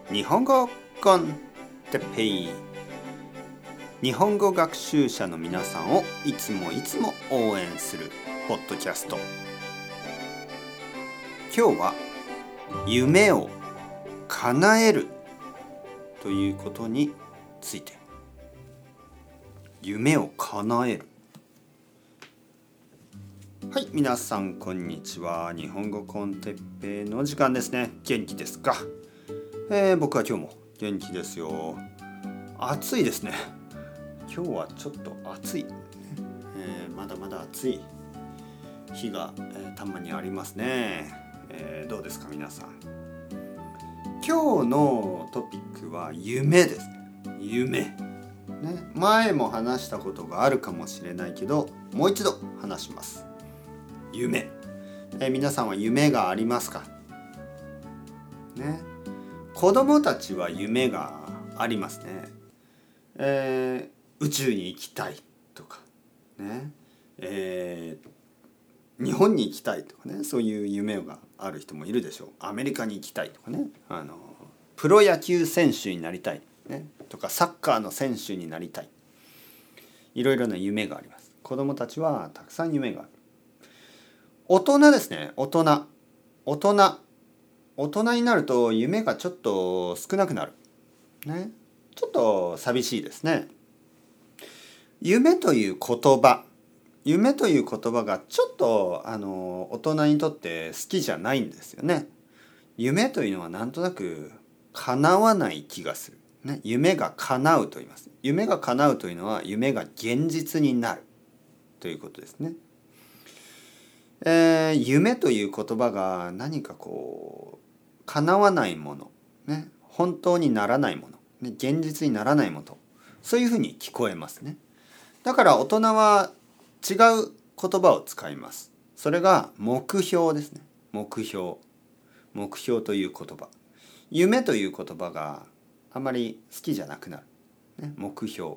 日本語コンテッペイ。日本語学習者の皆さんをいつも応援するポッドキャスト。今日は夢を叶えるということについて。夢を叶える。はい、皆さんこんにちは。日本語コンテッペイの時間ですね。元気ですか？僕は今日も元気ですよ。暑いですね。今日はちょっと暑い、まだまだ暑い日が、たまにありますね。どうですか皆さん。今日のトピックは夢ですね。夢ね、前も話したことがあるかもしれないけど、もう一度話します。夢、皆さんは夢がありますかね。子供たちは夢がありますね。宇宙に行きたいとかね、日本に行きたいとかね、そういう夢がある人もいるでしょう。アメリカに行きたいとかね、プロ野球選手になりたい、ね、とかサッカーの選手になりたい。いろいろな夢があります。子供たちはたくさん夢がある。大人ですね。大人になると夢がちょっと少なくなる、ね、ちょっと寂しいですね。夢という言葉がちょっと大人にとって好きじゃないんですよね。夢というのはなんとなく叶わない気がする、ね、夢が叶うと言います。夢が叶うというのは夢が現実になるということですね。夢という言葉が何かこう叶わないもの、ね、本当にならないもの、ね、現実にならないもの、そういうふうに聞こえますね。だから大人は違う言葉を使います。それが目標ですね。目標という言葉。夢という言葉があまり好きじゃなくなる、ね、目標、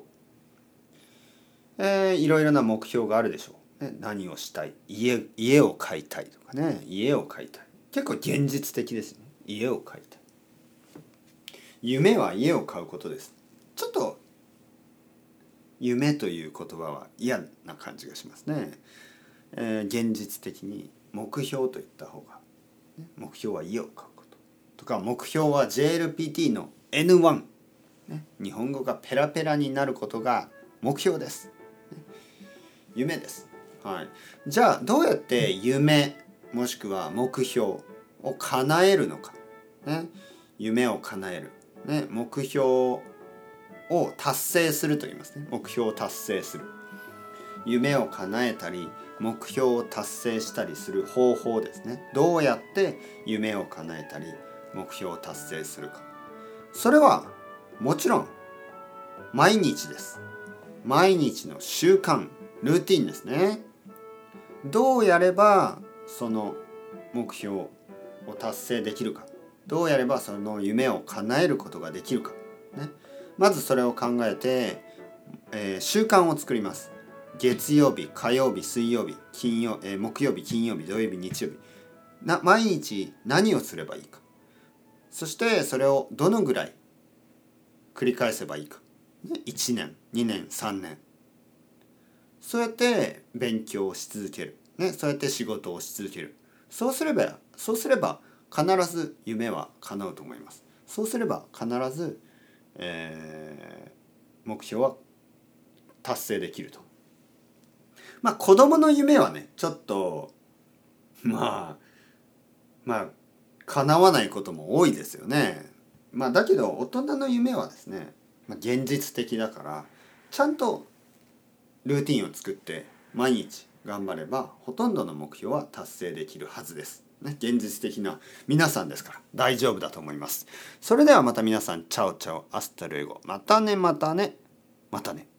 いろいろな目標があるでしょう、ね、何をしたい、家を買いたいとかね。家を買いたい、結構現実的ですね。家を買いたい。夢は家を買うことです。ちょっと夢という言葉は嫌な感じがしますね。現実的に目標と言った方が、ね、目標は家を買うこととか、目標は JLPT の N1、ね、日本語がペラペラになることが目標です、ね、夢です、はい。じゃあどうやって夢もしくは目標を叶えるのか、ね、夢を叶える、ね、目標を達成すると言いますね。目標を達成する、夢を叶えたり目標を達成したりする方法ですね。どうやって夢を叶えたり目標を達成するか。それはもちろん毎日です。毎日の習慣、ルーティンですね。どうやればその目標を達成できるか、どうやればその夢を叶えることができるか、ね、まずそれを考えて、習慣を作ります。月曜日、火曜日、水曜日、木曜日、金曜日、土曜日、日曜日、毎日何をすればいいか、そしてそれをどのぐらい繰り返せばいいか、ね、1年、2年、3年、そうやって勉強をし続ける、ね、そうやって仕事をし続ける。そうすれば必ず夢は叶うと思います。そうすれば必ず、目標は達成できると。子供の夢はね、ちょっと叶わないことも多いですよね。だけど大人の夢はですね、現実的だからちゃんとルーティンを作って毎日頑張ればほとんどの目標は達成できるはずです、ね、現実的な皆さんですから大丈夫だと思います。それではまた皆さん、チャオチャオ、アスタルエゴ、またね。